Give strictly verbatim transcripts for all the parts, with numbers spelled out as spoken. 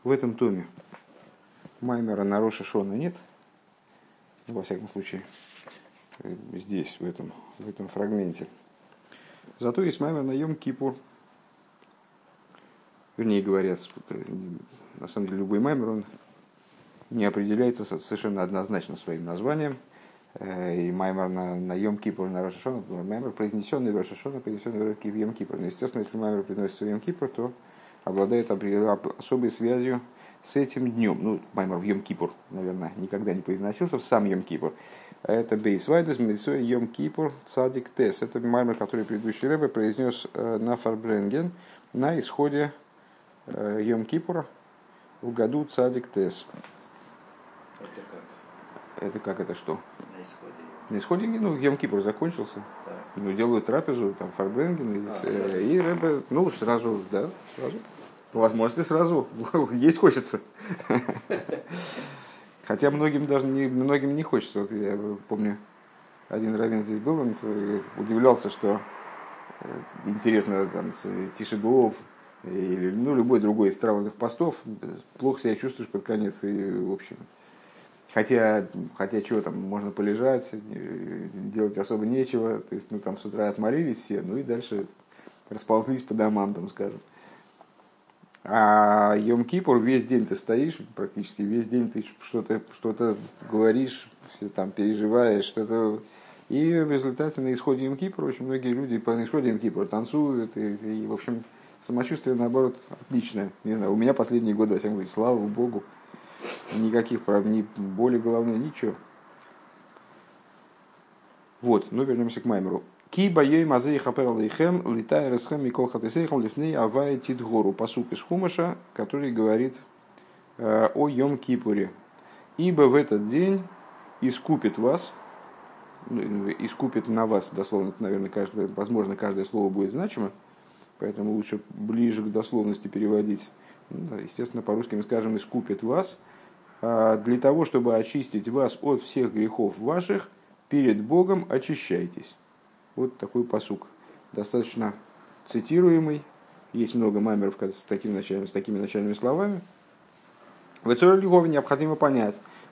в этом томе маймера на Рош ха-Шана нет, во всяком случае, здесь, в этом, в этом фрагменте. Зато есть маймер на Йом-Кипур. Вернее говоря, на самом деле любой маймер, он не определяется совершенно однозначно своим названием. И маймер на, на Йом-Кипур, на Рош ха-Шана, маймер, произнесенный в Рош ха-Шана, произнесенный в Йом-Кипур. Но, естественно, если маймер приносится в Йом-Кипур, то обладает особой связью с этим днем. Ну, маймер в Йом-Кипур, наверное, никогда не произносился в сам Йом-Кипур. Это Бейсвайдес, Митсуэ, Йом-Кипур, Цадик Тес. Это маймер, который предыдущий рэбе произнес на Фарбренген на исходе Йом-Кипура в году Цадик Тес. Это как? Это как, это что? На исходе. На исходе, ну, Йом-Кипур закончился. Так. Ну, делают трапезу, там, Фарбренген, А, и, и рэбе, ну, сразу, да, сразу. По возможности сразу, есть хочется. Хотя многим даже не, многим не хочется. Вот я помню, один раввин здесь был, он удивлялся, что интересно, там, Тишебуов или ну, любой другой из травных постов, плохо себя чувствуешь под конец. И, в общем, хотя, хотя что там, можно полежать, делать особо нечего. То есть, ну, там с утра отмолились все, ну и дальше расползлись по домам, там, скажем. А Йом-Кипур, весь день ты стоишь, практически весь день ты что-то, что-то говоришь, все там переживаешь, что-то. И в результате на исходе Йом-Кипура очень многие люди по исходе Йом-Кипура танцуют, и, и, в общем, самочувствие, наоборот, отличное. Не знаю, у меня последние годы, во всяком случае, слава Богу, никаких проблем, ни боли головной, ничего. Вот, ну вернемся к маймеру. Ки боей мазей хапер алейхем литай расхем микол хатесейхем лифней авай тидгору. Пасук из Хумаша, который говорит э, о Йом-Кипуре. Ибо в этот день искупит вас, искупит на вас, дословно, наверное, каждое, возможно, каждое слово будет значимо, поэтому лучше ближе к дословности переводить. Ну, да, естественно, по-русски мы скажем «искупит вас», э, для того, чтобы очистить вас от всех грехов ваших, перед Богом очищайтесь. Вот такой пасук, достаточно цитируемый. Есть много маймеров с такими начальными, с такими начальными словами. В этой лигове необходимо понять.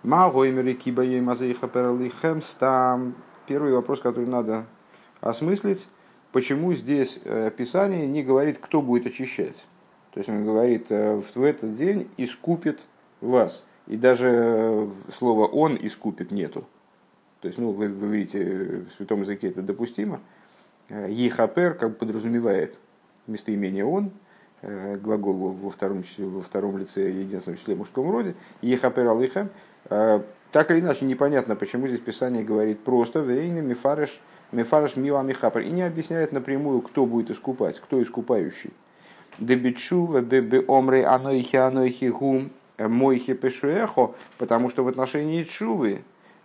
Первый вопрос, который надо осмыслить, почему здесь Писание не говорит, кто будет очищать. То есть он говорит, в этот день искупит вас. И даже слова «он» искупит нету. То есть, ну, вы, вы видите, в святом языке это допустимо. Ехапер как бы подразумевает местоимение «он», глагол во втором, во втором лице, единственном числе в мужском роде. Ехапер алейхем. Так или иначе, непонятно, почему здесь Писание говорит просто «вейна мифареш мифареш мио амихапер» и не объясняет напрямую, кто будет искупать, кто искупающий. Дебичу вебе омре анойхи анойхи гум мойхи пешуэхо, потому что в отношении чувы.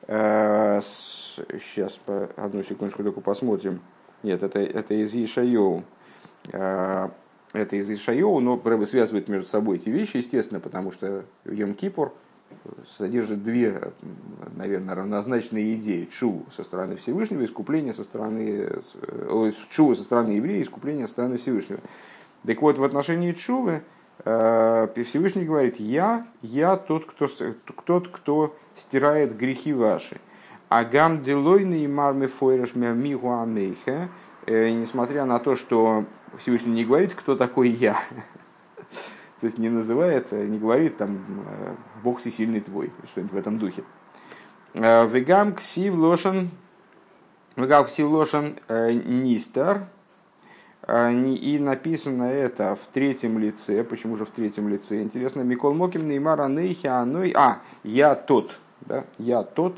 Сейчас, одну секундочку только посмотрим. Нет, это, это из Ишайоу. Это из Ишайоу, но Рэбе связывает между собой эти вещи, естественно, потому что Йом-Кипур содержит две, наверное, равнозначные идеи. Чуву со стороны Всевышнего, искупление со стороны... Чуву со стороны еврея, искупление со стороны Всевышнего. Так вот, в отношении чувы Всевышний говорит: «Я, я тот, кто, тот, кто стирает грехи ваши». А гам делойный марме фойреш мямигу амейхе. Несмотря на то, что Всевышний не говорит, кто такой я, то есть не называет, не говорит там Бог всесильный твой, что-нибудь в этом духе. Вегам ксив лошен, вегам ксив лошен нистар. И написано это в третьем лице. Почему же в третьем лице? Интересно. Микол Моким Неймар Анейхи Аной. А, я тот. Да? Я тот.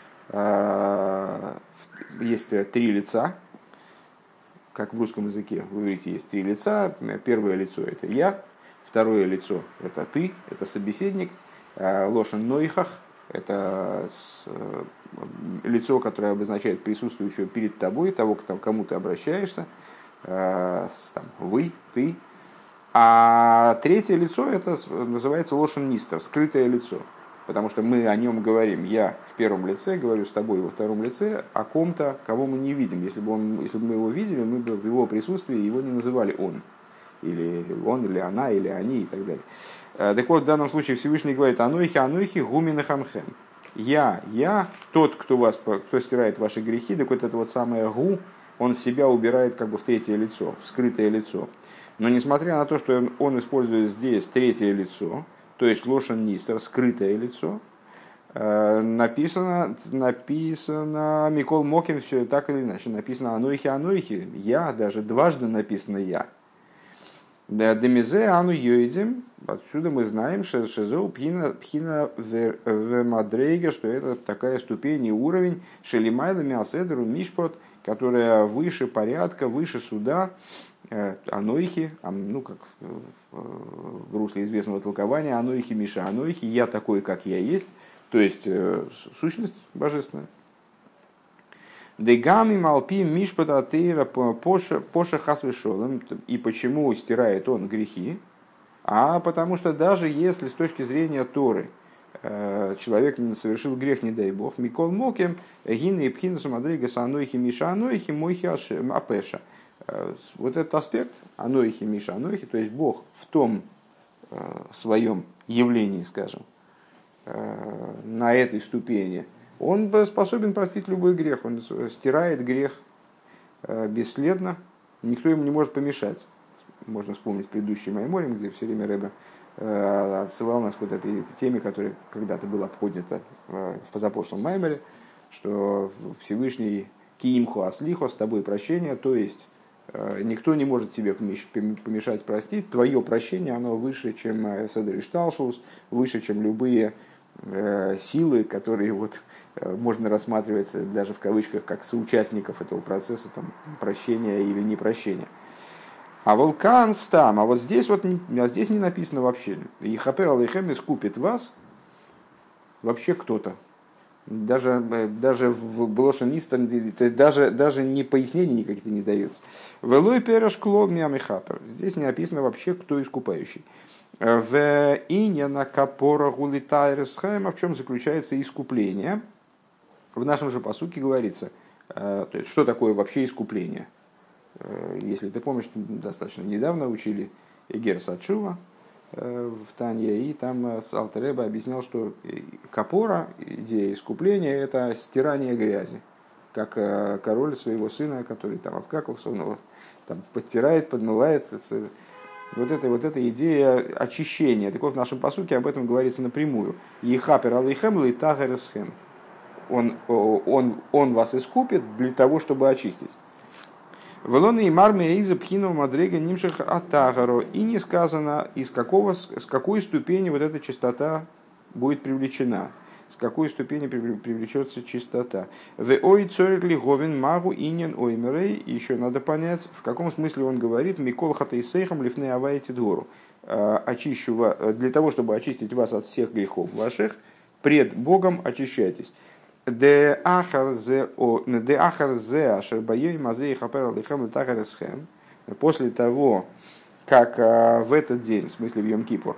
Есть три лица. Как в русском языке. Вы видите, есть три лица. Первое лицо это я. Второе лицо это ты. Это собеседник. Лошен Нойхах. Это лицо, которое обозначает присутствующего перед тобой, того, к кому ты обращаешься. Там, вы, ты. А третье лицо это называется лошен нистер, скрытое лицо. Потому что мы о нем говорим. Я в первом лице говорю с тобой во втором лице о ком-то, кого мы не видим. Если бы, он, если бы мы его видели, мы бы в его присутствии его не называли он. Или он, или она, или они и так далее. Так вот, в данном случае Всевышний говорит: «Ануихи, ануихи, гумина хамхем». Я, я, тот, кто, вас, кто стирает ваши грехи, так вот это вот самое гу, он себя убирает как бы в третье лицо, в скрытое лицо. Но несмотря на то, что он, он использует здесь третье лицо, то есть лошен нистер, скрытое лицо, э, написано, написано Микол Мокин, все так или иначе, написано ануихи, ануихи, я, даже дважды написано я. Демизе ану йойдем, отсюда мы знаем, что шизоу пхина пхина в мадрейга, что это такая ступень и уровень шелимайла миаседру мишпот, которая выше порядка, выше суда, анойхи, ну как в русле известного толкования, анойхи миша анойхи, я такой, как я есть, то есть сущность божественная. Дегами малпи мишпата тейра поша хасвешолом. И почему стирает он грехи? А потому что даже если с точки зрения Торы человек совершил грех, не дай бог, микол мокем гин и пхинусу мадрейга с анойхи миша анойхи мойхи апеша. Вот этот аспект анойхи миша анойхи, то есть Бог в том своем явлении, скажем, на этой ступени, он способен простить любой грех, он стирает грех бесследно, никто ему не может помешать. Можно вспомнить предыдущий Майморим, где все время Ребе отсылал нас к вот этой теме, которая когда-то была поднята в позапрошлом Майморе, что Всевышний киимху аслихо, с тобой прощение, то есть никто не может тебе помешать простить, твое прощение, оно выше, чем Седер Ишталшус, выше, чем любые силы, которые вот можно рассматривать даже в кавычках как соучастников этого процесса, там, прощения или непрощения. А вулкан стам, а вот здесь вот а здесь не написано вообще. Ихапер алейхем искупит вас вообще кто-то. Даже, даже в Блошенистан даже, даже не пояснений никаких не дается. Велой переш клог миамихапер. Здесь не написано вообще, кто искупающий. В иньяна капора гулитайресхэм, а в чем заключается искупление? В нашем же пасуке говорится, то есть, что такое вообще искупление. Если ты помнишь, достаточно недавно учили Эгер Сачува в Танье, и там Алтер Ребе объяснял, что капора, идея искупления, это стирание грязи. Как король своего сына, который там обкакался, он его там подтирает, подмывает. Вот эта вот эта идея очищения. Так вот, в нашем пасуке об этом говорится напрямую. Ехапер алейхем лейтагересхем. Он, он, он вас искупит для того, чтобы очистить. Велоны и мармия из пхину мадрега нимших атагаро. И не сказано, из какого, с какой ступени вот эта чистота будет привлечена. С какой ступени привлечется чистота. В ой цорли говен магу инин оймерей. Еще надо понять, в каком смысле он говорит микол хатейсейхам лифней авайте двору. Очищу вас, для того, чтобы очистить вас от всех грехов ваших, пред Богом очищайтесь. Де ахарзе ашербайей мазей хапер алейхем летахаресхем. После того, как в этот день, в смысле в Йом-Кипур,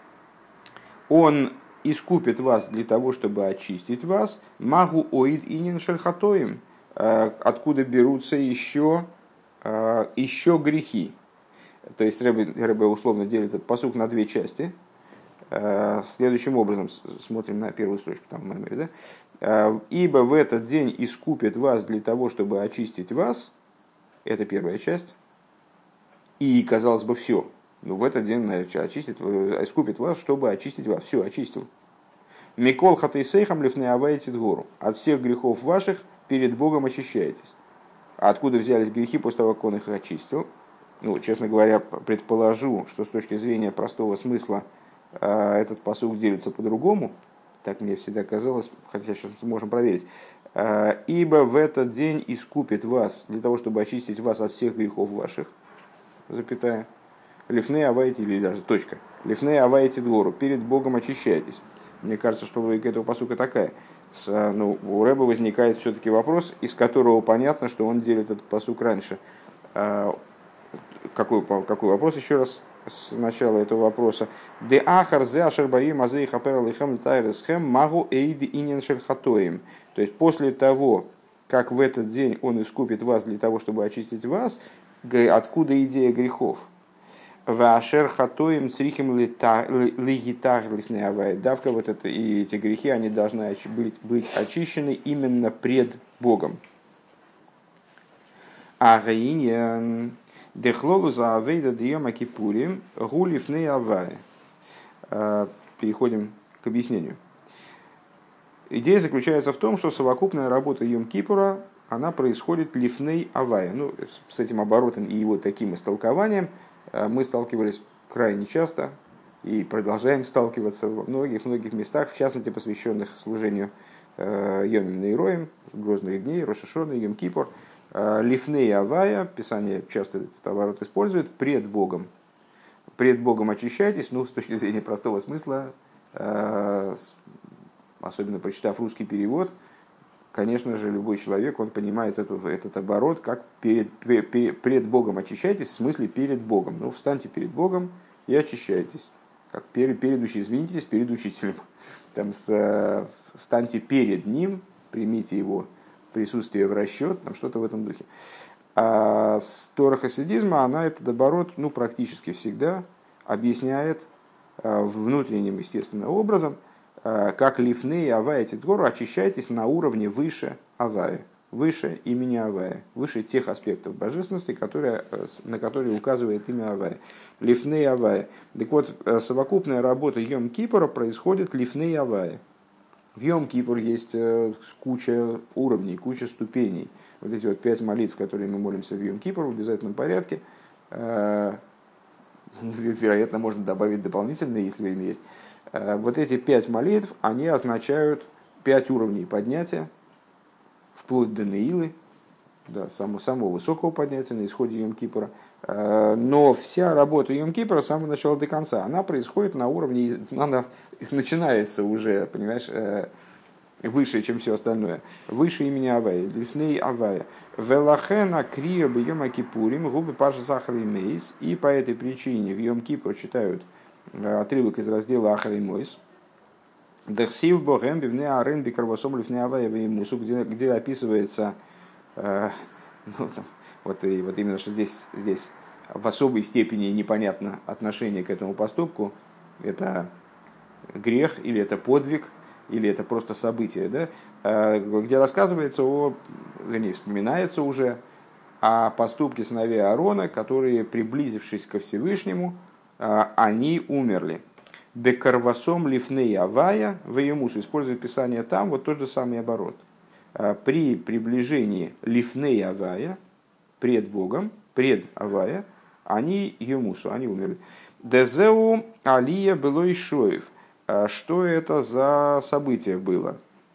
он искупит вас для того, чтобы очистить вас, магу оид инин шельхатоим, откуда берутся еще, еще грехи. То есть Ребе, Ребе условно делит этот пасук на две части. Следующим образом, смотрим на первую строчку там в Майморе, да? Ибо в этот день искупит вас для того, чтобы очистить вас. Это первая часть. И, казалось бы, все. Но в этот день очистит, искупит вас, чтобы очистить вас. Все, очистил. Микол хатейсейхам лифней авайте двору. От всех грехов ваших перед Богом очищаетесь. А откуда взялись грехи после того, как он их очистил? Ну, честно говоря, предположу, что с точки зрения простого смысла этот пасук делится по-другому. Так мне всегда казалось, хотя сейчас можем проверить. Ибо в этот день искупит вас, для того, чтобы очистить вас от всех грехов ваших, запятая, лифней авайте, или даже точка, лифней авайте двору, перед Богом очищайтесь. Мне кажется, что логика этого пасука такая. С, ну, у Рэба возникает все-таки вопрос, из которого понятно, что он делит этот пасук раньше. Какой, какой вопрос еще раз? С начала этого вопроса. Де ахар зе ашербаи мазей хапер алейхем тайресхем магу эйди инин шельхатоим. То есть после того, как в этот день он искупит вас для того, чтобы очистить вас, откуда идея грехов? Вашер хатоим црихим лигитар лифней авая. Давка вот это и эти грехи, они должны быть, быть очищены именно пред Богом. Агаиньян дехлолу за авейда диема кипурим гулифней авая. Переходим к объяснению. Идея заключается в том, что совокупная работа Йом-Кипура, она происходит лифней авая. Ну, с этим оборотом и его таким истолкованием мы сталкивались крайне часто и продолжаем сталкиваться во многих-многих местах, в частности, посвященных служению Йомим Нейроим, грозных дней, Рош ха-Шана, Йом-Кипур. Лифней авая, Писание часто этот оборот использует, пред Богом. Пред Богом очищайтесь, ну, с точки зрения простого смысла, особенно прочитав русский перевод, конечно же, любой человек, он понимает эту, этот оборот, как перед, перед, перед Богом очищайтесь, в смысле перед Богом. Ну, встаньте перед Богом и очищайтесь. Как перед, перед учителем, извинитесь, перед учителем. Там, с, станьте перед ним, примите его присутствие в расчет, там что-то в этом духе. А Тора хасидизма, она этот оборот, ну, практически всегда объясняет внутренним, естественным образом, как лифней авая титгору, очищайтесь на уровне выше авая, выше имени авая, выше тех аспектов божественности, которые, на которые указывает имя авая. Лифней авая. Так вот, совокупная работа Йом-Кипура происходит лифней авая. В Йом-Кипур есть куча уровней, куча ступеней. Вот эти вот пять молитв, которые мы молимся в Йом-Кипур в обязательном порядке, вероятно, можно добавить дополнительные, если время есть. Вот эти пять молитв, они означают пять уровней поднятия, вплоть до Неилы, да, самого, самого высокого поднятия на исходе Йом-Кипура. Но вся работа Йом-Кипура с самого начала до конца, она происходит на уровне, она начинается уже, понимаешь, выше, чем все остальное. Выше имени Авая, лифней Авая. Велахена крия б Йом-Кипурим губы паша захар и мейс. И по этой причине в Йом-Кипур читают отрывок из раздела Ахар и Мойс. Дехсив богем бивне арен бикарвасом лифней Авая веймусу, где, где описывается, э, ну, там, вот, и, вот именно, что здесь, здесь в особой степени непонятно отношение к этому поступку. Это грех или это подвиг, или это просто событие, да? Где рассказывается о, вернее, вспоминается уже о поступке сыновей Аарона, которые, приблизившись ко Всевышнему, они умерли. Бекарвасом лифней авая веемусу. Использует Писание там вот тот же самый оборот. При приближении лифней авая, пред Богом, пред авая, они емусу, они умерли. Дезеу алия было ишоев. Что это за событие было?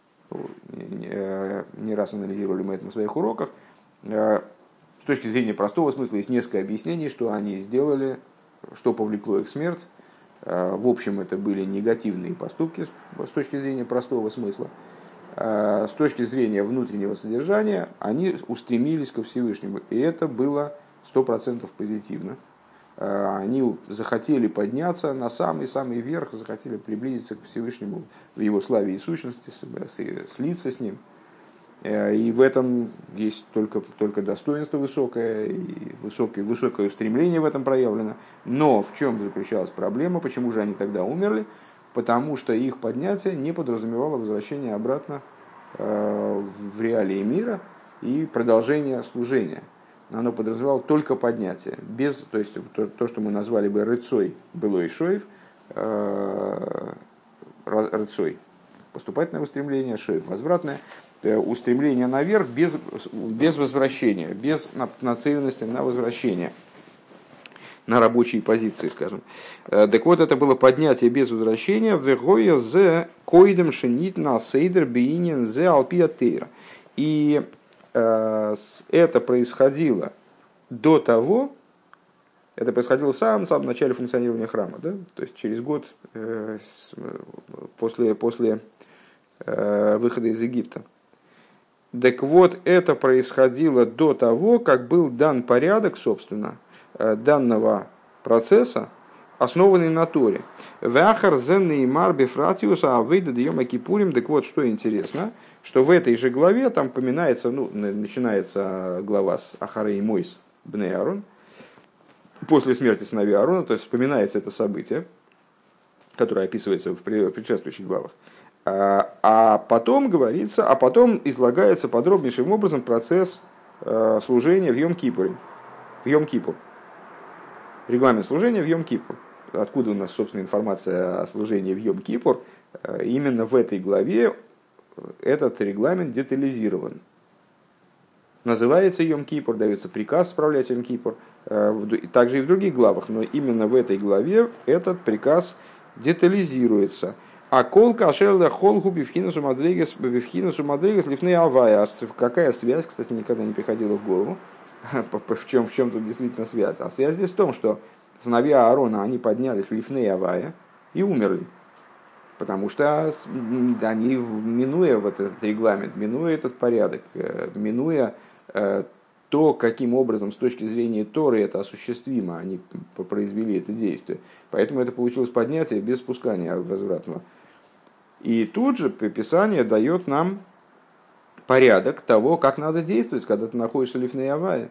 Не раз анализировали мы это на своих уроках. С точки зрения простого смысла есть несколько объяснений, что они сделали, что повлекло их смерть. В общем, это были негативные поступки с точки зрения простого смысла. С точки зрения внутреннего содержания, они устремились ко Всевышнему. И это было сто процентов позитивно. Они захотели подняться на самый-самый верх, захотели приблизиться к Всевышнему в его славе и сущности, слиться с ним. И в этом есть только, только достоинство высокое, и высокое, высокое устремление в этом проявлено. Но в чем заключалась проблема, почему же они тогда умерли? Потому что их поднятие не подразумевало возвращение обратно в реалии мира и продолжение служения. Оно подразумевало только поднятие, без, то есть то, то что мы назвали бы рыцой, было и шоев, э, рыцой, поступательное устремление, шоев, возвратное, устремление наверх без, без возвращения, без нацеленности на возвращение, на рабочие позиции, скажем. Так вот, это было поднятие без возвращения, вегоя зе койдем шенит на сейдер биинен зе алпиатейра. И это происходило до того, это происходило в самом, самом начале функционирования храма, да? То есть через год э, после, после э, выхода из Египта. Так вот, это происходило до того, как был дан порядок, собственно, э, данного процесса, основанный на Торе. Вахар зенный мар бифратиуса авейда дьема кипурим. Так вот, что интересно, что в этой же главе там поминается, ну, начинается глава с Ахара и Мойс бней Аарон, после смерти сыновей Аарона, то есть вспоминается это событие, которое описывается в предшествующих главах. А потом говорится, а потом излагается подробнейшим образом процесс служения в Йом-Кипуре. В Йом-Кипур. Регламент служения в Йом-Кипур. Откуда у нас, собственно, информация о служении в Йом-Кипур? Именно в этой главе этот регламент детализирован. Называется Йом-Кипур, дается приказ справлять Йом-Кипур. Также и в других главах, но именно в этой главе этот приказ детализируется. А кол кашерла холгу бифхинусу мадригес бифхинусу мадригес лифней авая. Какая связь, кстати, никогда не приходила в голову. В чем, в чем тут действительно связь? А связь здесь в том, что сыновья Аарона, они поднялись лифней авая и умерли. Потому что они, минуя вот этот регламент, минуя этот порядок, минуя то, каким образом с точки зрения Торы это осуществимо, они произвели это действие. Поэтому это получилось поднятие без спускания возвратного. И тут же Писание дает нам порядок того, как надо действовать, когда ты находишься в лифней авае.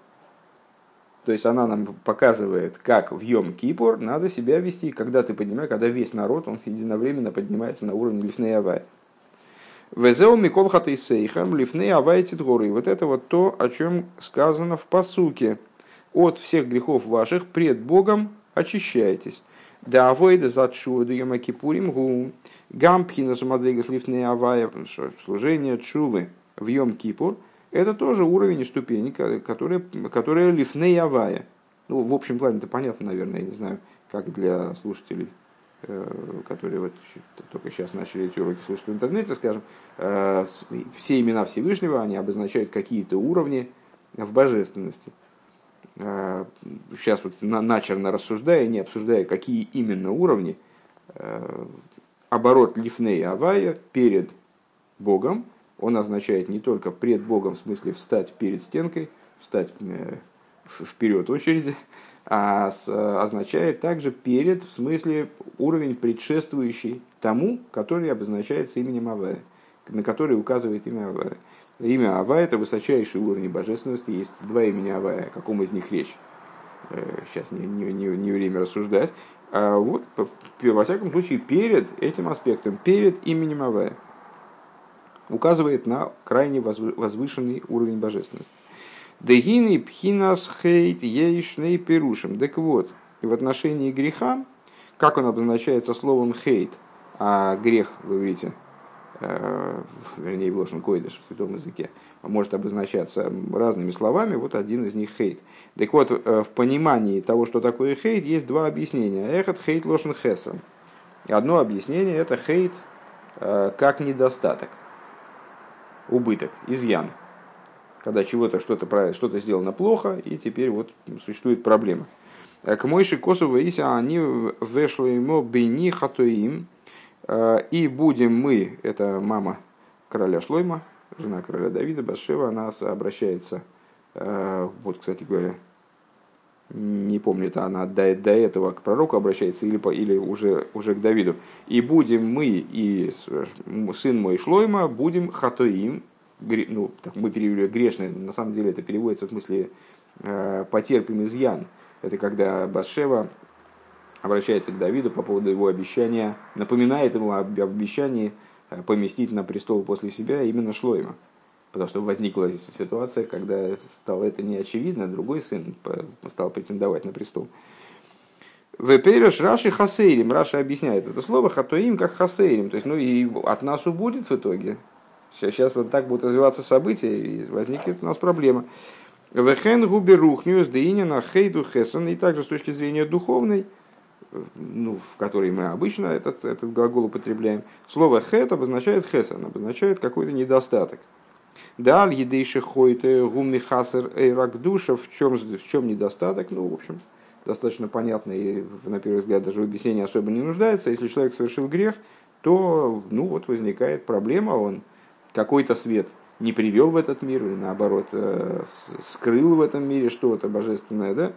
То есть она нам показывает, как в Йом-Кипур надо себя вести, когда ты поднимаешь, когда весь народ, он единовременно поднимается на уровень лифней авае. Везеу микол хатейсейхам лифней авае тидгоры. И вот это вот то, о чем сказано в пасуке. От всех грехов ваших пред Богом очищайтесь. Да авойда затшу до Йом-Кипурим гу гампхина сумадригас лифней авае. Служение чувы в Йом-Кипур — это тоже уровень и ступень, которые, которые лифней авая. Ну, в общем плане это понятно, наверное, я не знаю, как для слушателей, которые вот только сейчас начали эти уроки слушать в интернете, скажем, все имена Всевышнего, они обозначают какие-то уровни в божественности. Сейчас вот начерно рассуждая, не обсуждая, какие именно уровни, оборот лифней авая перед Богом, он означает не только пред Богом, в смысле встать перед стенкой, встать вперед очереди, а означает также перед, в смысле уровень, предшествующий тому, который обозначается именем Авая, на который указывает имя Авая. Имя Авая — это высочайший уровень божественности, есть два имени Авая, о каком из них речь. Сейчас не, не, не, не время рассуждать. А вот, во всяком случае, перед этим аспектом, перед именем Авая, указывает на крайне возвышенный уровень божественности. Дегины пхинас хейт ейшней перушим. Так вот, и в отношении греха, как он обозначается словом хейт, а грех, вы видите, э, вернее, в лошен койдыш, в святом языке, может обозначаться разными словами, вот один из них хейт. Так вот, в понимании того, что такое хейт, есть два объяснения. Эхот хейт лошен хесан. Одно объяснение — это хейт э, как недостаток, убыток, изъян. Когда чего-то, что-то, что-то сделано плохо, и теперь вот существует проблема. К мойши косу вейся они вешли ему бейни хатоим. И будем мы, это мама короля Шлойма, жена короля Давида, Батшева, она обращается, вот, кстати говоря, не помню, это она до, до этого к пророку обращается или, или уже, уже к Давиду. И будем мы и сын мой Шлойма, будем хатоим. Ну, так мы перевели грешные, на самом деле это переводится в смысле э, потерпим изъян. Это когда Батшева обращается к Давиду по поводу его обещания, напоминает ему об обещании поместить на престол после себя именно Шлойма. Потому что возникла ситуация, когда стало это неочевидно, другой сын стал претендовать на престол. Вепереш Раши Хасейрим. Раши объясняет это слово хатоим как хасейрим. То есть, ну и от нас убудет в итоге. Сейчас вот так будут развиваться события, и возникнет у нас проблема. Вехен губерухниус деинина хейду хесан. И также с точки зрения духовной, ну, в которой мы обычно этот, этот глагол употребляем, слово хет обозначает хесан, обозначает какой-то недостаток. Даль едейши хойте гумми хасер эйрак душа. В чем, в чем недостаток? Ну, в общем, достаточно понятно, и на первый взгляд даже в объяснении особо не нуждается. Если человек совершил грех, то, ну, вот возникает проблема, он какой-то свет не привел в этот мир, или наоборот, скрыл в этом мире что-то божественное, да?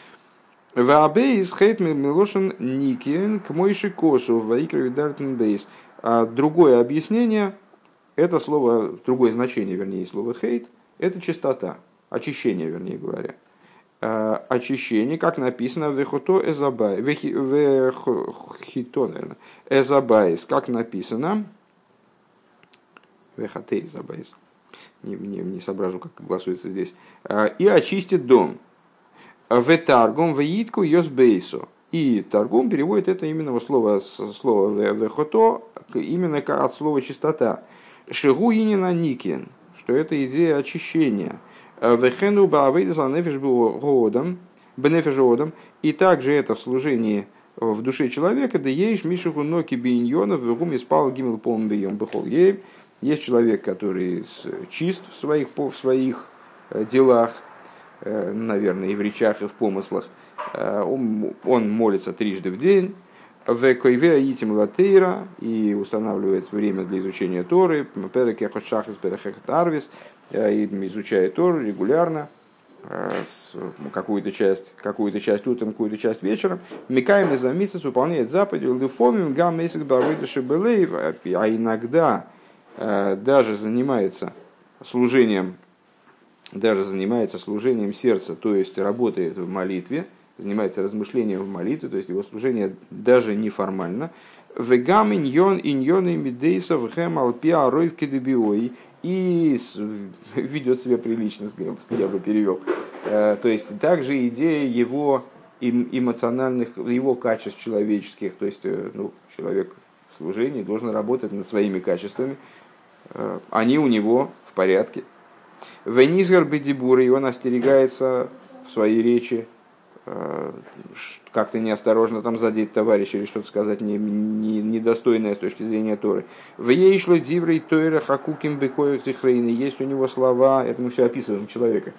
Другое объяснение, это слово, другое значение, вернее, слова хейт, это чистота, очищение, вернее говоря. очищение, как написано в Вехото Эзабай, Вехито, наверное, Эзабайс, как написано, Вехоте Эзабайс, не, не, не соображу, как гласуется здесь, и очистит дом. Ветаргум веитку йосбейсо. И Таргум переводит это именно слово, слово вехото, именно от слова чистота. Шигу инина никин, что это идея очищения. Вехену баавейдаса нефиш годом, бенефиш годом. И также это в служении в душе человека, да ешь мишиху ноки биньонов, вегум испал гимел полм бьем бехол ей. Есть человек, который чист в своих, в своих делах, наверное, и в речах, и в помыслах. Он, он молится трижды в день, в койве аитим латейра, и устанавливает время для изучения Торы, перекехот шахис перекехот арвис, и изучает Тору регулярно, какую-то часть, какую-то часть утром, какую-то часть вечером. Микаем из месяц выполняет заповеди, лдуфомим гам месяц барвидаши белейв, а иногда даже занимается служением, даже занимается служением сердца, то есть работает в молитве, занимается размышлением в молитве, то есть его служение даже неформально. Вегам иньон иньоны мидейсов хэм алпиа ройвки дебиой, и ведет себя прилично, я бы перевел. То есть также идея его эмоциональных, его качеств человеческих, то есть ну, человек в служении должен работать над своими качествами, они у него в порядке. Венизгар бедибура, и он остерегается в своей речи как-то неосторожно там задеть товарища или что-то сказать не, не, недостойное с точки зрения Торы. В ей шло диврей тойра хакуким бекоих зихрейны. Есть у него слова, это мы все описываем человека.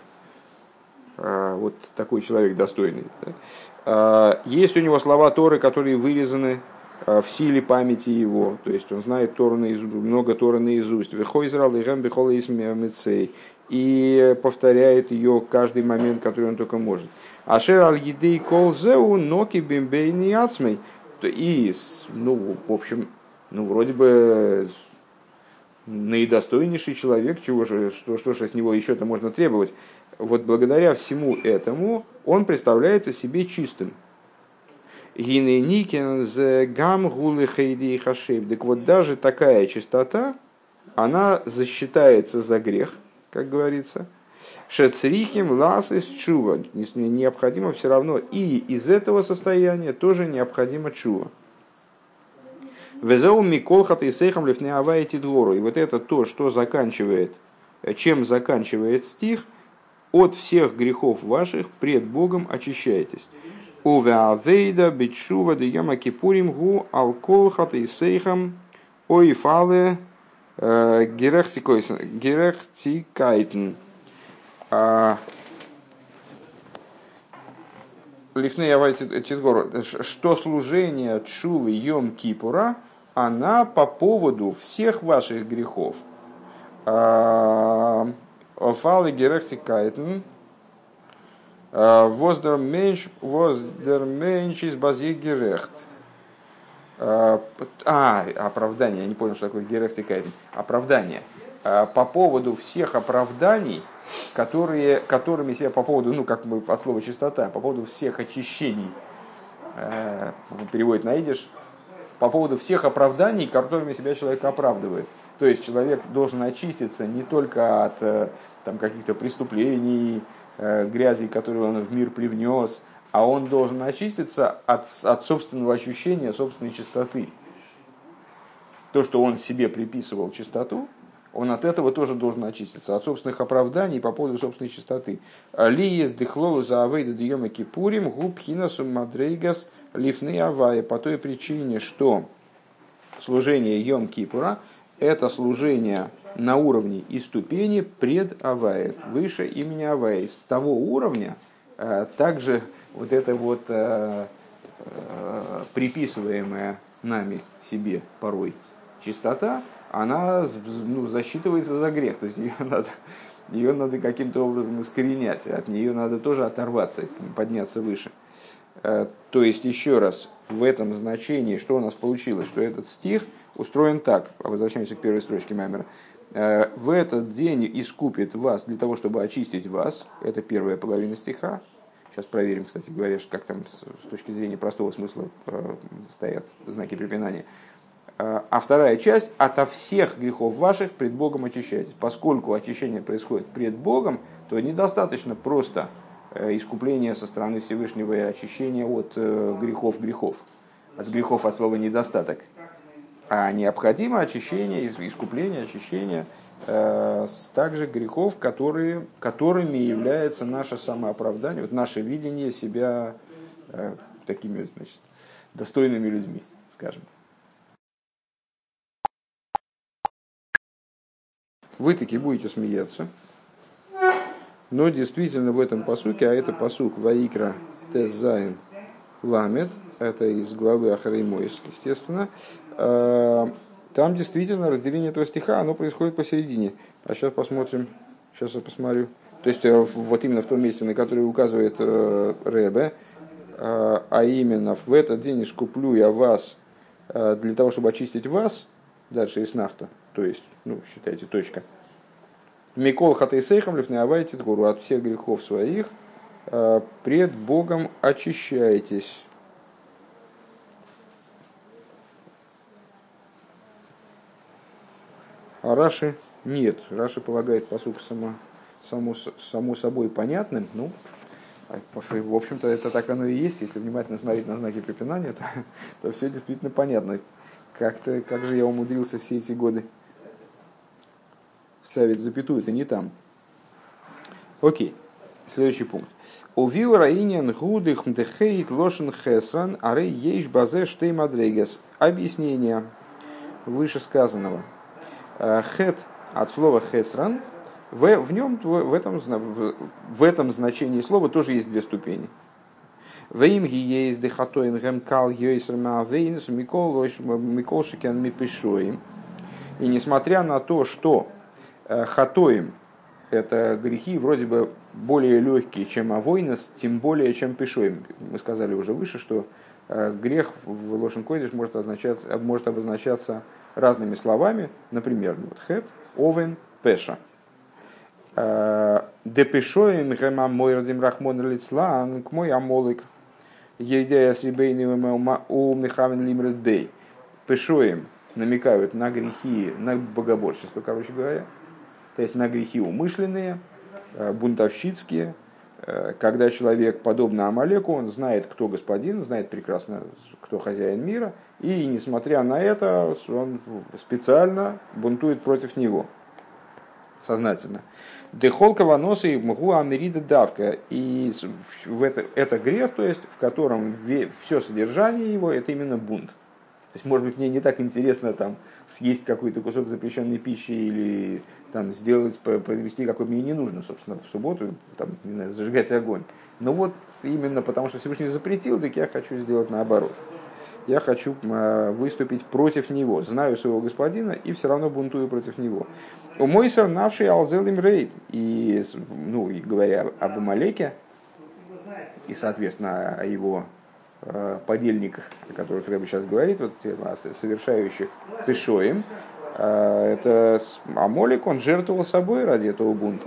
Вот такой человек достойный. Есть у него слова Торы, которые вырезаны в силе памяти его. То есть он знает Тору наизусть, много Торы наизусть. Вехойзрал и гэм бехол исмеамицей. И повторяет ее каждый момент, который он только может. Ашер аль-гидей колзеу ноки бимбейни ацмей. И, ну, в общем, ну, вроде бы наидостойнейший человек, чего же, что, что же с него еще-то можно требовать. Вот благодаря всему этому он представляется себе чистым. Гиненикин зе гам гулы хейди хашейб. Так вот, даже такая чистота, она засчитается за грех, как говорится. Шецрихим лас из чува. Необходимо все равно и из этого состояния тоже необходимо чува. Везеу миколхат и сейхам лифне аваити двору. И вот это то, что заканчивает, чем заканчивает стих: от всех грехов ваших пред Богом очищайтесь. Уве авейда бичува де яма кипурим гу алколхат и сейхам ойфале герехтикайтен. Лифней авайти тидгору, что служение тшувы йом кипура, она по поводу всех ваших грехов. Офалы герехтикайтен. Воздер меньш, воздер меньш из бази герехт. А, оправдание, я не понял, что такое герехтикайтен. Оправдание. По поводу всех оправданий, которые, которыми себя по поводу, ну, как бы от слова чистота, по поводу всех очищений, э, переводит на идиш, по поводу всех оправданий, которыми себя человек оправдывает. То есть человек должен очиститься не только от э, там, каких-то преступлений, э, грязи, которые он в мир привнес, а он должен очиститься от, от собственного ощущения собственной чистоты. То, что он себе приписывал чистоту, он от этого тоже должен очиститься, от собственных оправданий по поводу собственной чистоты. Ли есть дыхлолу за авейда дьема кипурим губ хинасум мадрейгас лифны авая, по той причине, что служение йом кипура — это служение на уровне и ступени пред авая, выше имени авая. С того уровня также вот это вот приписываемая нами себе порой чистота, она, ну, засчитывается за грех, то есть ее надо, ее надо каким-то образом искоренять, от нее надо тоже оторваться, подняться выше. То есть, еще раз, в этом значении, что у нас получилось, что этот стих устроен так, возвращаемся к первой строчке Маймера: в этот день искупит вас для того, чтобы очистить вас, это первая половина стиха, Сейчас проверим, кстати говоря, как там с точки зрения простого смысла стоят знаки препинания. А вторая часть: ото всех грехов ваших пред Богом очищайтесь. Поскольку очищение происходит пред Богом, то недостаточно просто искупления со стороны Всевышнего и очищения от грехов грехов. От грехов от слова недостаток. А необходимо очищение, искупление, очищение э, также грехов, которые, которыми является наше самооправдание, вот наше видение себя э, такими, значит, достойными людьми, скажем. Вы таки будете смеяться, но действительно в этом пасуке, а это пасук Ваикра Тезайн Ламет, это из главы Ахарей Мойс, естественно, там действительно разделение этого стиха, оно происходит посередине. А сейчас посмотрим, сейчас я посмотрю. То есть вот именно в том месте, на которое указывает Ребе, а именно в этот день искуплю я вас для того, чтобы очистить вас, дальше из нахта, то есть, ну, считайте, точка. Микол хатейсейхам лифнеавайте тгуру, от всех грехов своих пред Богом очищайтесь. А Раши нет. Раши полагает пасук само, само, само собой понятным. Ну, в общем-то, это так оно и есть. Если внимательно смотреть на знаки препинания, то, то все действительно понятно. Как-то, как же я умудрился все эти годы ставить запятую, это не там. Окей, следующий пункт. Увил раинен гудых мдехейт лошен хесран арей ейш базе штей мадрегес. Объяснение вышесказанного. Хет от слова хесран, в, в нем, в этом, в, в этом значении слова тоже есть две ступени. Веймги есть дехатоин гемкал йойсерма вейнс микол шикен мипишоим. И несмотря на то, что хатоим — это грехи вроде бы более легкие, чем авойнес, тем более, чем пишоим. Мы сказали уже выше, что грех в лошен койдиш может, может обозначаться разными словами, например, вот, хет, овен, пеша. Депешоим гема мойрдим рахмон лицлан к мой амолик ейдея с рибейным у михавен лимред бей. Пешоим намекают на грехи, на богоборчество, короче говоря, то есть на грехи умышленные, бунтовщицкие, когда человек, подобно Амалеку, он знает, кто господин, знает прекрасно, кто хозяин мира, и, несмотря на это, он специально бунтует против него, сознательно. Дехолкова носа и мгу америда давка. И это, это грех, то есть, в котором все содержание его — это именно бунт. То есть, может быть, мне не так интересно там съесть какой-то кусок запрещенной пищи или там сделать, произвести, какой мне не нужно, собственно, в субботу, там, не знаю, зажигать огонь. Но вот именно потому, что Всевышний запретил, так я хочу сделать наоборот. Я хочу выступить против него. Знаю своего господина и все равно бунтую против него. У Мойсер навший алзелим рейд. И, ну, и говоря об Амалеке, и, соответственно, о его подельниках, о которых Рэбе сейчас говорит, вот, о совершающих пешоим, это Амолек, он жертвовал собой ради этого бунта.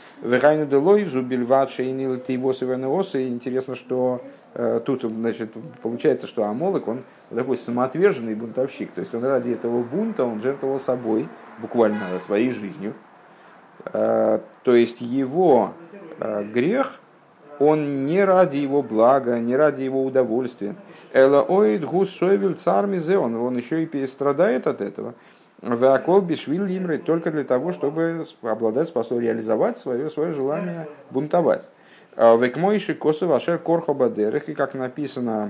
Интересно, что тут, значит, получается, что Амолек, он такой самоотверженный бунтовщик. То есть он ради этого бунта он жертвовал собой, буквально своей жизнью. То есть его грех, он не ради его блага, не ради его удовольствия. Элаоид гус сойвил цармизе, он, он еще и перестрадает от этого. Веакол бишвил лимры, только для того, чтобы обладать способностью реализовать свое, свое желание бунтовать. Векмойши косов ашер корхо бадерах, и как написано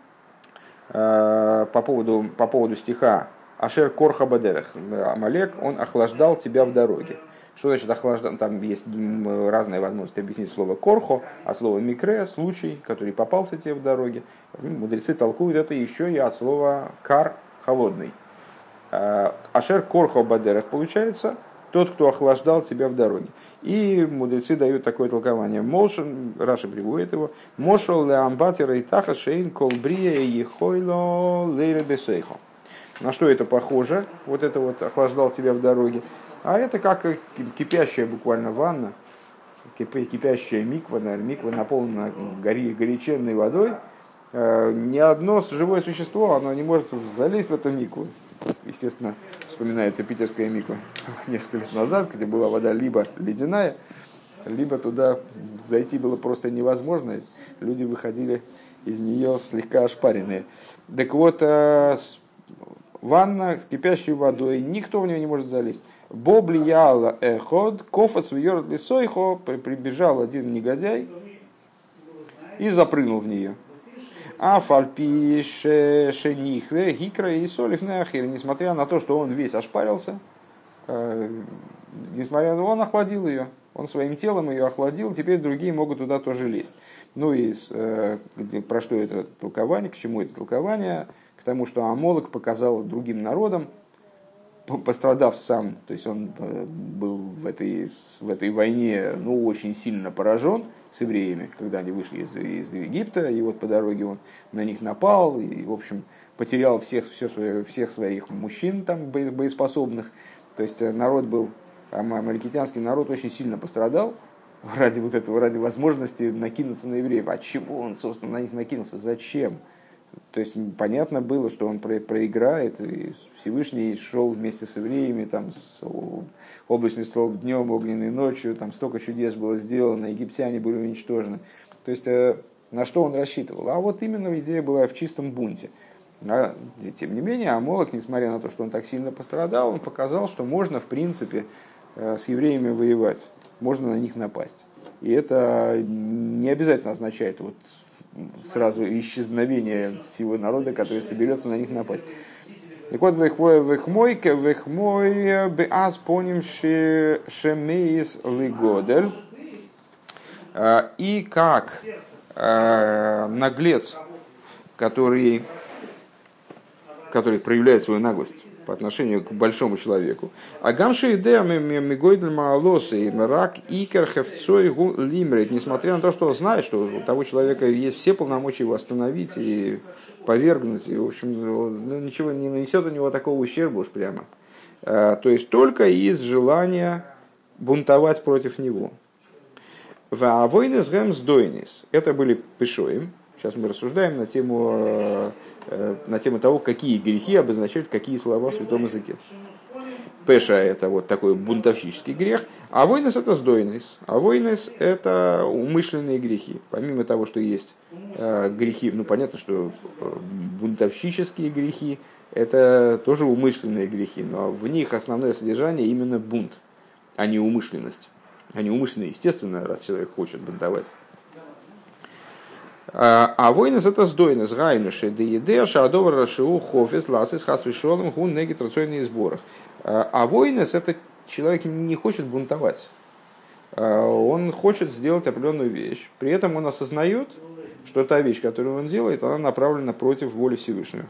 по поводу, по поводу стиха ашер корхо бадерах, Амалек, он охлаждал тебя в дороге. Что значит охлаждал? Там есть разные возможности объяснить слово корхо, а слово микре — случай, который попался тебе в дороге. Мудрецы толкуют это еще и от слова кар — холодный. Ашер корхо бадерах получается тот, кто охлаждал тебя в дороге. И мудрецы дают такое толкование. Мошен, Раши приводит его. Мошел леамбатера и таха шейн колбрия ехойло лейребесейхо. На что это похоже? Вот это вот охлаждал тебя в дороге. А это как кипящая буквально ванна, кипящая миква, наверное, миква наполнена гори, горяченной водой, ни одно живое существо, оно не может залезть в эту микву. Естественно, вспоминается питерская миква несколько лет назад, где была вода либо ледяная, либо туда зайти было просто невозможно. Люди выходили из нее слегка ошпаренные. Так вот, ванна с кипящей водой, никто в нее не может залезть. Боблияла эход, кофац вьорд лисойхо, прибежал один негодяй и запрыгнул в нее. А фальпи шенихве гикра и солив нахер, несмотря на то, что он весь ошпарился, несмотря на то, он охладил ее, он своим телом ее охладил, теперь другие могут туда тоже лезть. Ну и про что это толкование, к чему это толкование? К тому, что Амолок показал другим народам, пострадав сам, то есть он был в этой, в этой войне ну, очень сильно поражен с евреями, когда они вышли из, из Египта, и вот по дороге он на них напал, и, в общем, потерял всех, все, всех своих мужчин там, боеспособных. То есть народ был, амаликитянский народ очень сильно пострадал ради вот этого, ради возможности накинуться на евреев. А чего он, собственно, на них накинулся? Зачем? То есть понятно было, что он проиграет, и Всевышний шел вместе с евреями, там, с облачный столб днем, огненной ночью, там столько чудес было сделано, египтяне были уничтожены. То есть на что он рассчитывал? А вот именно идея была в чистом бунте. А, тем не менее, Амолок, несмотря на то, что он так сильно пострадал, он показал, что можно, в принципе, с евреями воевать, можно на них напасть. И это не обязательно означает вот сразу исчезновение всего народа, который соберется на них напасть. Так вот, вехмой вехмой беаз поним шемейс лигодель. И как наглец, который, который проявляет свою наглость по отношению к большому человеку. А гамши идея мигойдль маалосы мрак икер хевцой гу лимрит, несмотря на то, что он знает, что у того человека есть все полномочия его остановить и повергнуть, и, в общем, ну, ничего не нанесет у него такого ущерба уж прямо. А, то есть только из желания бунтовать против него. В войны с гэм сдойнис. Это были пешоим. Сейчас мы рассуждаем на тему, на тему того, какие грехи обозначают какие слова в святом языке. Пеша – это вот такой бунтовщический грех, а войнес – это сдойнес. А войнес – это умышленные грехи. Помимо того, что есть грехи, ну понятно, что бунтовщические грехи – это тоже умышленные грехи, но в них основное содержание именно бунт, а не умышленность. Они умышленные, естественно, раз человек хочет бунтовать. А войнес это сдойнес, гайнуши, дееде, шадовар рашиу, хофис, ласис, хасвишолом, гун, неги, трационные сборах. А войнес это человек не хочет бунтовать. Он хочет сделать определенную вещь. При этом он осознает, что та вещь, которую он делает, она направлена против воли Всевышнего.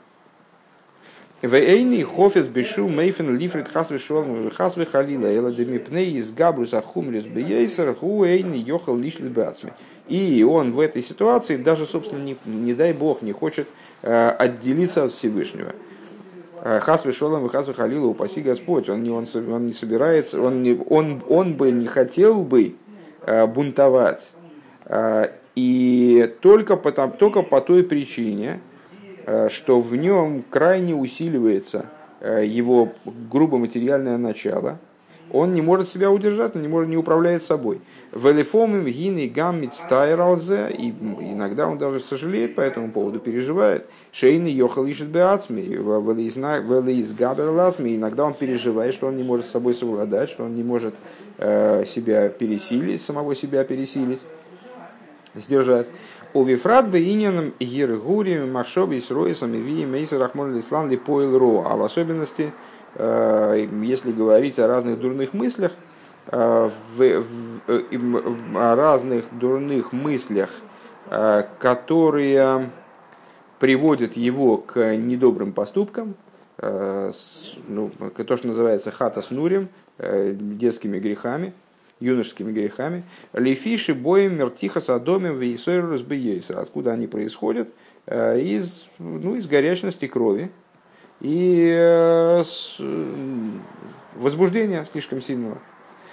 Вейни хофис бешу мейфен лифрит хасвишолом, хасви халила, эладемипней из габруса хумлис бейсер, хуэйни йохал лишли бацми. И он в этой ситуации даже, собственно, не, не дай Бог, не хочет э, отделиться от Всевышнего. Хасве шолом и хасве халила, упаси Господь. Он не, он, он не собирается, он, не, он, он бы не хотел бы э, бунтовать. Э, и только, потому, только по той причине, э, что в нем крайне усиливается э, его грубо материальное начало. Он не может себя удержать, он не, может, не управляет собой. Велифомим гины гаммит стайралзе, и иногда он даже сожалеет по этому поводу, переживает. Шейны йохал ишет беацми, велиз габерласми, иногда он переживает, что он не может с собой совладать, что он не может э, себя пересилить, самого себя пересилить, сдержать. У вифрат бы иньяном ергури махшоби с ройсами ви мейса рахмон лислан липоил ро, а в особенности если говорить о разных дурных мыслях, в, в, в, о разных дурных мыслях, которые приводят его к недобрым поступкам, ну, то, что называется хата с нурем, детскими грехами, юношескими грехами, лифиши боем мертиха садомим вейсойр разбиейса, откуда они происходят, из, ну, из горячности крови и возбуждения слишком сильного.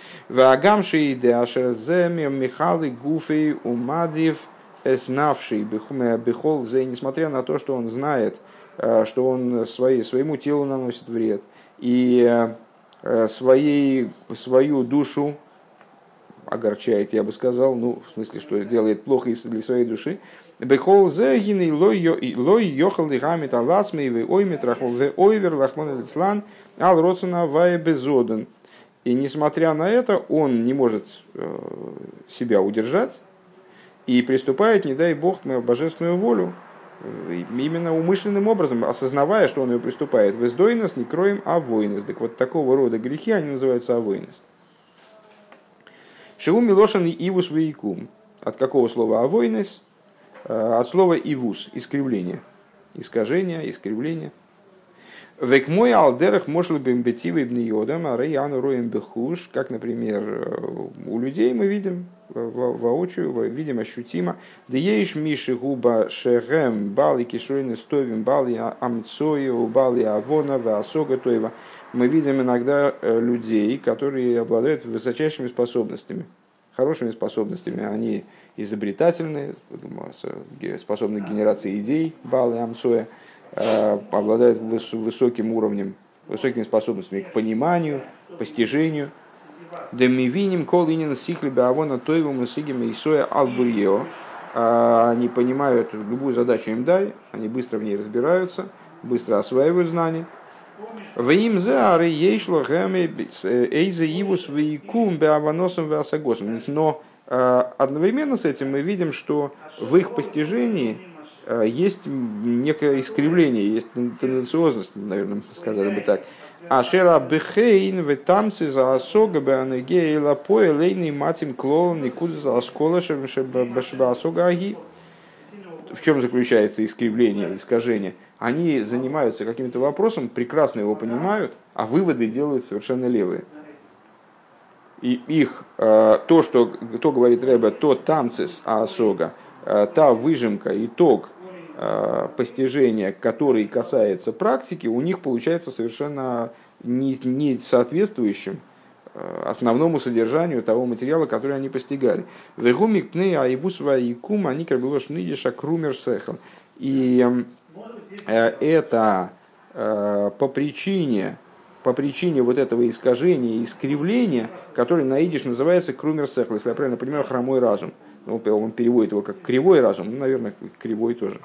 Ваагамши идеашер земи михалы гуфей умадив эснавший бихол зе, несмотря на то, что он знает, что он своей, своему телу наносит вред, и своей, свою душу огорчает, я бы сказал, ну, в смысле, что делает плохо для своей души. Бехол зегины лой йохал лихамит алацмей оймит рахол ве ойвер лахмон лислан ал роцена вае безоден. И несмотря на это, он не может себя удержать и приступает, не дай Бог, на божественную волю, именно умышленным образом, осознавая, что он ее приступает. Вездойнес не кроем авойнес. Так вот, такого рода грехи, они называются авойнес. Шиу милошан ивус вейкум. От какого слова авойнес? От слова ивус, искривление. Искажение, искривление. Век мой алдерах мошел бембетивый бниодам, а рейану роем бехуш, как, например, у людей мы видим воочию, видим ощутимо. Дееш миши губа шерем бали кишройны стовим бали амцою бали авона васога тоева. Мы видим иногда людей, которые обладают высочайшими способностями, хорошими способностями. Они изобретательные, способны к генерации идей бали амцоя, обладают высоким уровнем, высокими способностями к пониманию, постижению. Демивиним колинин сихлебе авона тоевым сигим исоя албурьео. Они понимают любую задачу им дай, они быстро в ней разбираются, быстро осваивают знания. В им зары ешло гэме эйзе ивус вейкум беаваносом веасагосом. Но одновременно с этим мы видим, что в их постижении есть некое искривление, есть тенденциозность, наверное, сказали бы так. Ашера бехейн в тамцы за осога беанеге лапоя лейный матим клолом никуда за оскола шебашба осога аги. В чем заключается искривление, искажение? Они занимаются каким-то вопросом, прекрасно его понимают, а выводы делают совершенно левые. И их, то, что то говорит Ребе, то тамцис аосога, та выжимка, итог постижения, который касается практики, у них получается совершенно не, не соответствующим основному содержанию того материала, который они постигали. И это по причине, по причине вот этого искажения, искривления, которое на идиш называется крумер сехл, если я правильно понимаю, хромой разум. Он переводит его как кривой разум, ну, наверное, кривой тоже.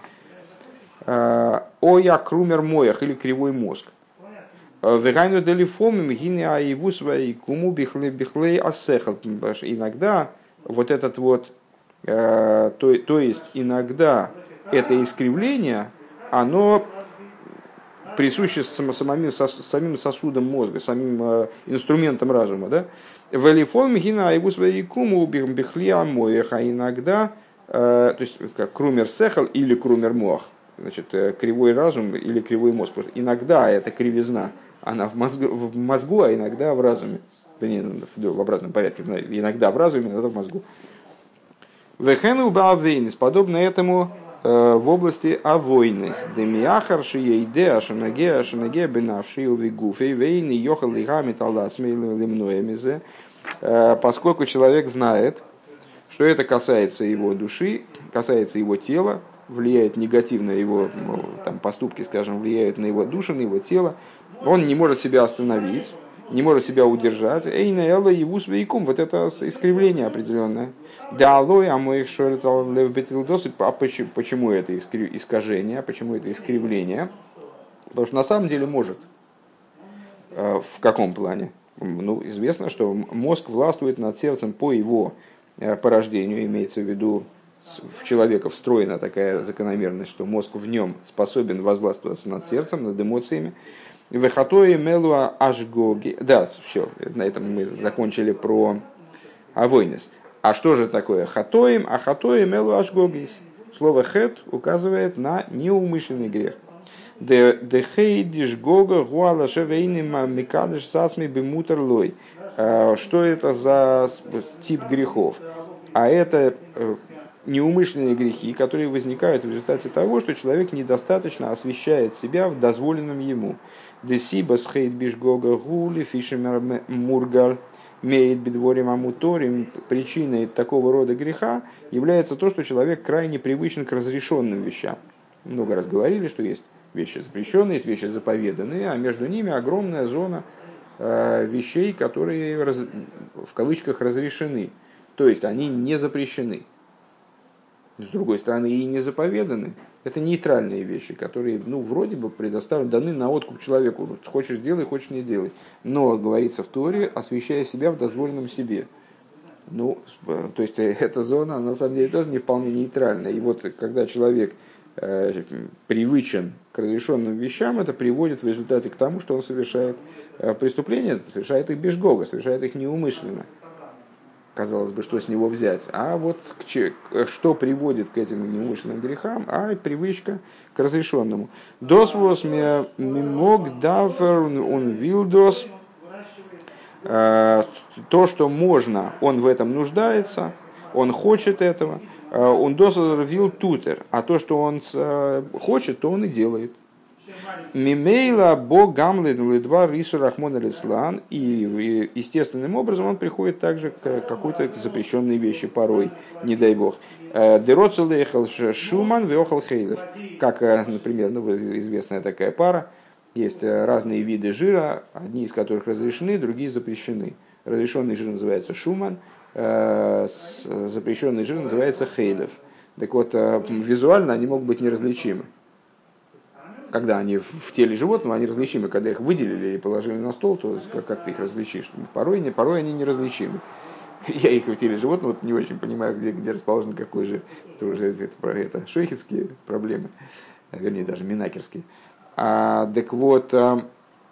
Оя крумер моях или кривой мозг. Вегайну делифомим гине аиву свои куму бихлей асехал. Иногда вот этот вот, то, то есть иногда это искривление, оно присуще самим, самим сосудом мозга, самим инструментом разума, да? Велифомим гине аиву свои куму бихлей амоях, а иногда, то есть как крумер сехал или крумер моах. Значит, кривой разум или кривой мозг. Иногда эта кривизна, она в мозгу, в мозгу, а иногда в разуме. В обратном порядке. Иногда в разуме, иногда в мозгу. Вехену баавейнис. Подобно этому в области авойнис. Демиахар шиейде ашанаге ашанаге бенавши увигуфей вейни йохал лигами таласми лимноемизе. Поскольку человек знает, что это касается его души, касается его тела, влияет негативно, его там, поступки, скажем, влияют на его душу, на его тело, он не может себя остановить, не может себя удержать. Эйна элла его свейкум, вот это искривление определенное. Да алой, а мы их почему это искажение, почему это искривление? Потому что на самом деле может. В каком плане? Ну, известно, что мозг властвует над сердцем по его порождению, имеется в виду, в человека встроена такая закономерность, что мозг в нем способен возглавствоваться над сердцем, над эмоциями. Вехатои мелуа ашгоги. Да, все, на этом мы закончили про авойнес. А что же такое хатоим? А хатоим мелуа ашгогис. Слово хет указывает на неумышленный грех. Дехейдиш гога гуала шевейнима микадыш сасми бемутерлой. Что это за тип грехов? А это неумышленные грехи, которые возникают в результате того, что человек недостаточно освещает себя в дозволенном ему. Десибас хейт бишгога гули фишемер мургар. меет бедворим амуторим, причиной такого рода греха является то, что человек крайне привычен к разрешенным вещам. Много раз говорили, что есть вещи запрещенные, есть вещи заповеданные, а между ними огромная зона э, вещей, которые раз, в кавычках разрешены. То есть они не запрещены. С другой стороны, и не заповеданы. Это нейтральные вещи, которые, ну, вроде бы предоставлены, даны на откуп человеку. Вот, хочешь делай, хочешь не делай. Но, говорится в Торе, освящая себя в дозволенном себе. Ну, то есть, эта зона, на самом деле, тоже не вполне нейтральная. И вот, когда человек э, привычен к разрешенным вещам, это приводит в результате к тому, что он совершает э, преступления, совершает их бежгога, совершает их неумышленно. Казалось бы, что с него взять. А вот к, что приводит к этим неумышленным грехам? А привычка к разрешенному. Дос вос мимог дафер он вилдос. То, что можно, он в этом нуждается, он хочет этого. Он дос вил тутер. А то, что он хочет, то он и делает. Мимейла бог гамлет лидва рису рахмон алислан, и естественным образом он приходит также к какой-то запрещенной вещи порой, не дай бог. Дероцел ехал шуман веохал хейлов, как, например, ну, известная такая пара, есть разные виды жира, одни из которых разрешены, другие запрещены. Разрешенный жир называется шуман, запрещенный жир называется хейлов. Так вот, визуально они могут быть неразличимы. Когда они в теле животного, они различимы. Когда их выделили и положили на стол, то как, как ты их различишь? Порой, не, порой они неразличимы. Я их в теле животного не очень понимаю, где, где расположен какой же. Это уже это, это шейхетские проблемы, вернее, даже минакерские. А, так вот, а,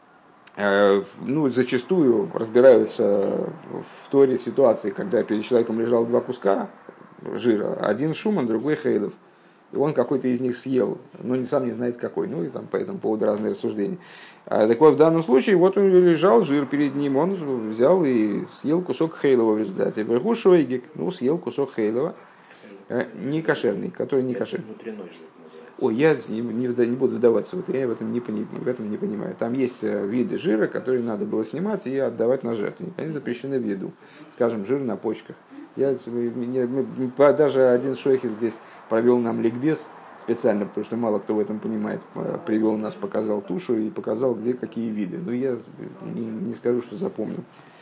а, ну, зачастую разбираются в Торе ситуации, когда перед человеком лежало два куска жира, один шуман, другой хейлов. И он какой-то из них съел, но не сам не знает какой. Ну и там по этому поводу разные рассуждения. А, так вот, в данном случае, вот он лежал, жир перед ним, он взял и съел кусок хейлова в результате. Вверху шойгик, ну, съел кусок хейлова, э, не кошерный, который не кошерный. Ой, я не, не, не буду вдаваться в это, я в этом не, в этом не понимаю. Там есть виды жира, которые надо было снимать и отдавать на жертву. Они запрещены в еду. Скажем, жир на почках. Я, даже один шойхер здесь провел нам ликбез специально, потому что мало кто в этом понимает. Привел нас, показал тушу и показал, где какие виды. Но я не, не скажу, что запомнил.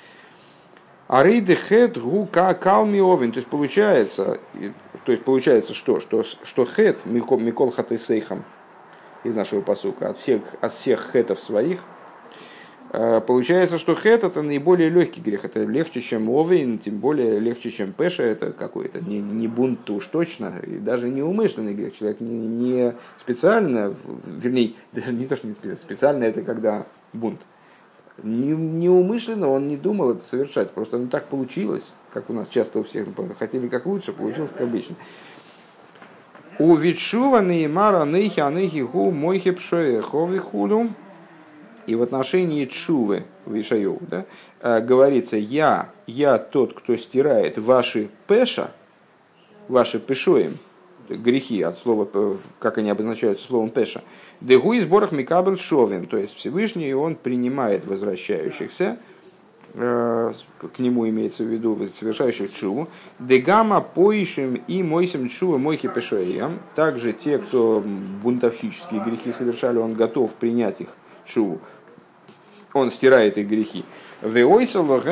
Арейды хет гука калми овен. То есть получается, то есть получается что? Что, что хет микол хатесейхам из нашего пасука от всех, от всех хетов своих. Получается, что хет это наиболее легкий грех, это легче, чем овен, тем более легче, чем пеша, это какой-то не, не бунт уж точно, и даже не умышленный грех. Человек не, не специально, вернее, даже не то, что не специально, это когда бунт. Не, неумышленно он не думал это совершать, просто ну, так получилось, как у нас часто у всех хотели как лучше, получилось как обычно. У Витшува Неймара Нейхи Анейхи Гу Мойхи Пшоэ Хови Хулю. И в отношении Тшувы в Ишайову, да, говорится: я, я тот, кто стирает ваши пеша, ваши пешоим, грехи, от слова, как они обозначаются словом пеша, дегу и сборах микабель шовим, то есть Всевышний, он принимает возвращающихся, к нему имеется в виду совершающих тшуву, дегама поищем и мойсим тшува мойхи пешоям, также те, кто бунтовщические грехи совершали, он готов принять их тшуву. Он стирает их грехи. Более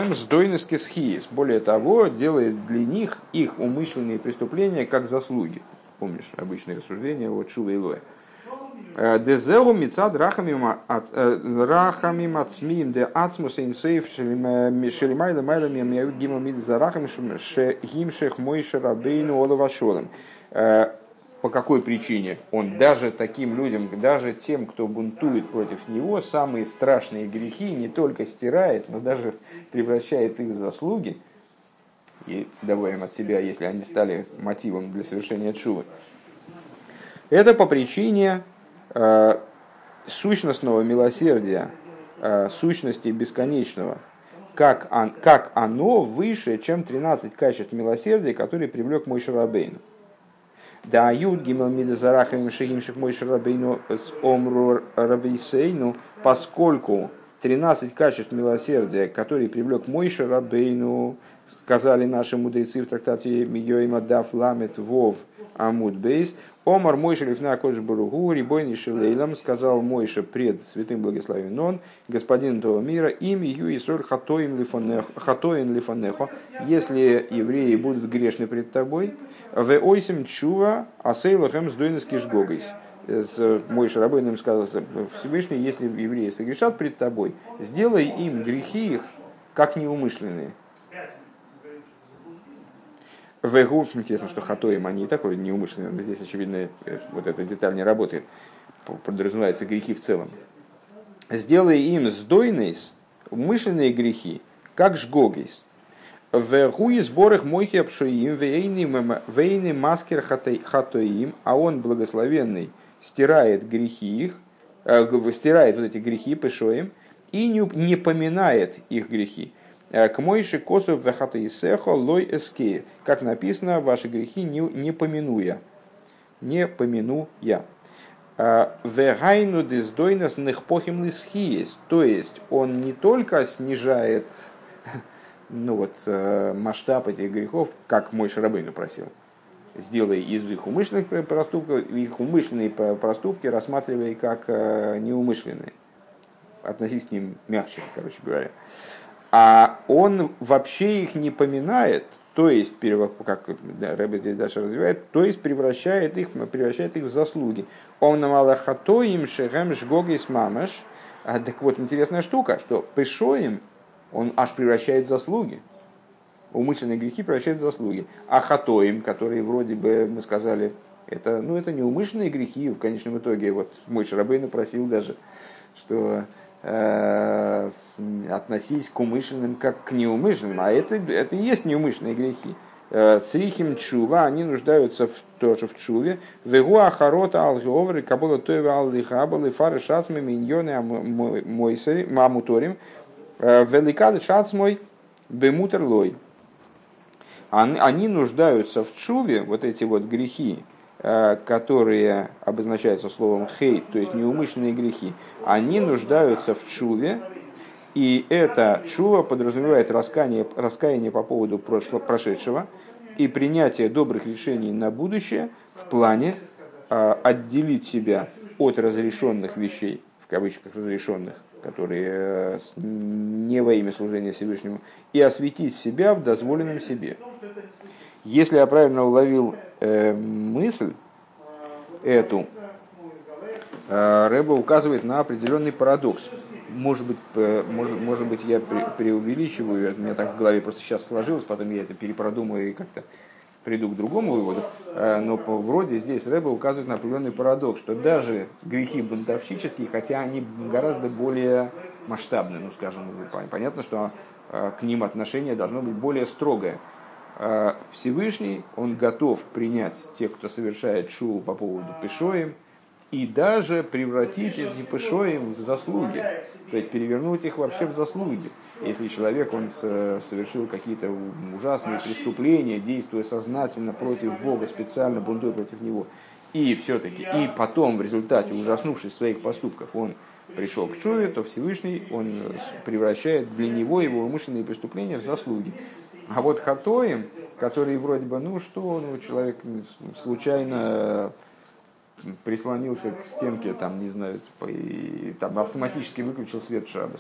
того, делает для них их умышленные преступления как заслуги. Помнишь обычное рассуждение о Тшува и Лоэ. Дезеру мицад рахамим ацмиим де ацмус инсейф шелимайла майлами мияют гимал мид за рахам шегимшех мойше рабейну олавашолем. По какой причине он даже таким людям, даже тем, кто бунтует против него, самые страшные грехи не только стирает, но даже превращает их в заслуги, и добавим от себя, если они стали мотивом для совершения тшувы. Это по причине э, сущностного милосердия, э, сущности бесконечного, как, он, как оно выше, чем тринадцать качеств милосердия, которые привлек Мойше Рабейну. Да, юд гимал мида зарахами шеимших Мойше Рабейну с омру рабейсейну, поскольку тринадцать качеств милосердия, которые привлек Мойше Рабейну, сказали наши мудрецы в трактате Мигьоима Даф Ламет Вов Амуд Бейс. Омар Мойше Лифна Кодж Баругу, Рибойни Шилейлам, сказал Мойше пред святым благословен он, господин того мира, им Ю Исроль Хатоин Лифанехо, если евреи будут грешны пред тобой, в ойсим чува асейлахем сдойнес кишгогейс. С Мойше Рабейном сказал Всевышний, если евреи согрешат пред тобой, сделай им грехи их, как неумышленные. Вегу, интересно, что хатоим они и такой неумышленные, но здесь, очевидно, вот эта деталь не работает, подразумеваются грехи в целом. Сделай им сдойнейс, умышленные грехи, как жгогейс. Вегу и сборах мойхи обшоим, вейны маскер хатоим, а он благословенный стирает грехи их, э, стирает вот эти грехи пешоим и не, не поминает их грехи. К Мойше косов вехатаисехо лой эскея. Как написано, ваши грехи не, не поминуя. Не помину я. Вегайну дездойнас нехпохим лисхиес. То есть он не только снижает ну вот, масштаб этих грехов, как Мойше Рабейну просил. Сделай из их умышленных проступков, их умышленные проступки рассматривай как неумышленные. Относись к ним мягче, короче говоря. А он вообще их не поминает, то есть, как Рэбе здесь дальше развивает, то есть превращает их, превращает их в заслуги. Он намалахатоим шехем жгогис мамаш. Так вот, интересная штука, что пешоим он аж превращает в заслуги. Умышленные грехи превращают в заслуги. А хатоим, которые вроде бы, мы сказали, это, ну, это не умышленные грехи, в конечном итоге. Вот Мойше Рабейну просил даже, что относись к умышленным как к неумышленным, а это, это и есть неумышленные грехи. Срихим чува, они нуждаются в, тоже в чуве. Вегуа харота алгеовры кабола тойва аллихабалы фары шацмы миньоны амуторим великады шацмой бемутерлой. Они нуждаются в чуве, вот эти вот грехи, которые обозначаются словом хейт, то есть неумышленные грехи, они нуждаются в чуве, и это чува подразумевает раскаяние, раскаяние по поводу прошлого, прошедшего и принятие добрых решений на будущее в плане э, отделить себя от разрешенных вещей, в кавычках разрешенных, которые э, не во имя служения Всевышнему, и осветить себя в дозволенном себе. Если я правильно уловил э, мысль эту, э, Рэбе указывает на определенный парадокс. Может быть, э, может, может быть я пре- преувеличиваю, это у меня так в голове просто сейчас сложилось, потом я это перепродумаю и как-то приду к другому выводу. Э, но по, вроде здесь Рэбе указывает на определенный парадокс, что даже грехи бунтовщические, хотя они гораздо более масштабны, ну скажем, понятно, что э, к ним отношение должно быть более строгое. Всевышний, он готов принять тех, кто совершает шоу по поводу пешоим, и даже превратить эти пешоим в заслуги, то есть перевернуть их вообще в заслуги. Если человек, он совершил какие-то ужасные преступления, действуя сознательно против Бога, специально бунтуя против Него, и все-таки, и потом в результате, ужаснувшись своих поступков, он пришел к чуве, то Всевышний, он превращает для него его умышленные преступления в заслуги. А вот хатоим, который вроде бы, ну что, ну, человек случайно прислонился к стенке, там, не знаю, и там автоматически выключил свет в шаббос.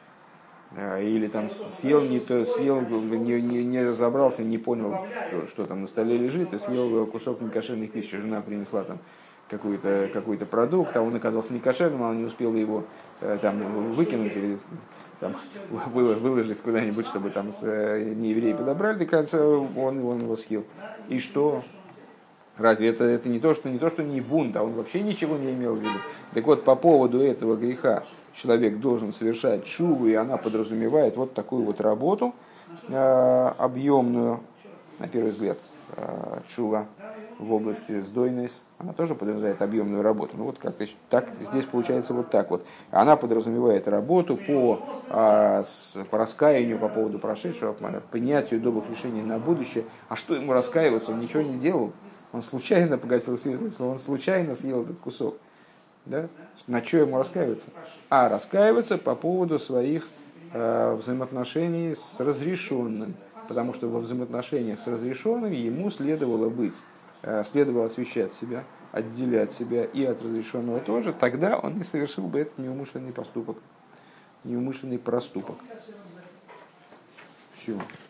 Или там съел не то, съел, не, не, не разобрался, не понял, что, что там на столе лежит, и съел кусок некошерной пищи. Жена принесла там какой-то, какой-то продукт, а он оказался некошерным, она не успела его там выкинуть или там, выложить куда-нибудь, чтобы там с неевреи подобрали, и, кажется, он, он его съел. И что? Разве это, это не, то, что, не то, что не бунт, а он вообще ничего не имел в виду? Так вот, по поводу этого греха человек должен совершать шуву, и она подразумевает вот такую вот работу э, объемную, на первый взгляд, э, шува в области сдойнес, она тоже подразумевает объемную работу. Ну вот как-то так, здесь получается вот так вот. Она подразумевает работу по, а, с, по раскаянию по поводу прошедшего, по принятию добрых решений на будущее. А что ему раскаиваться? Он ничего не делал. Он случайно погасил свет, он случайно съел этот кусок. Да? На что ему раскаиваться? А раскаиваться по поводу своих э, взаимоотношений с разрешенным. Потому что во взаимоотношениях с разрешенным ему следовало быть, э, следовало освещать себя, отделять себя и от разрешенного тоже. Тогда он не совершил бы этот неумышленный поступок. Неумышленный проступок. Все.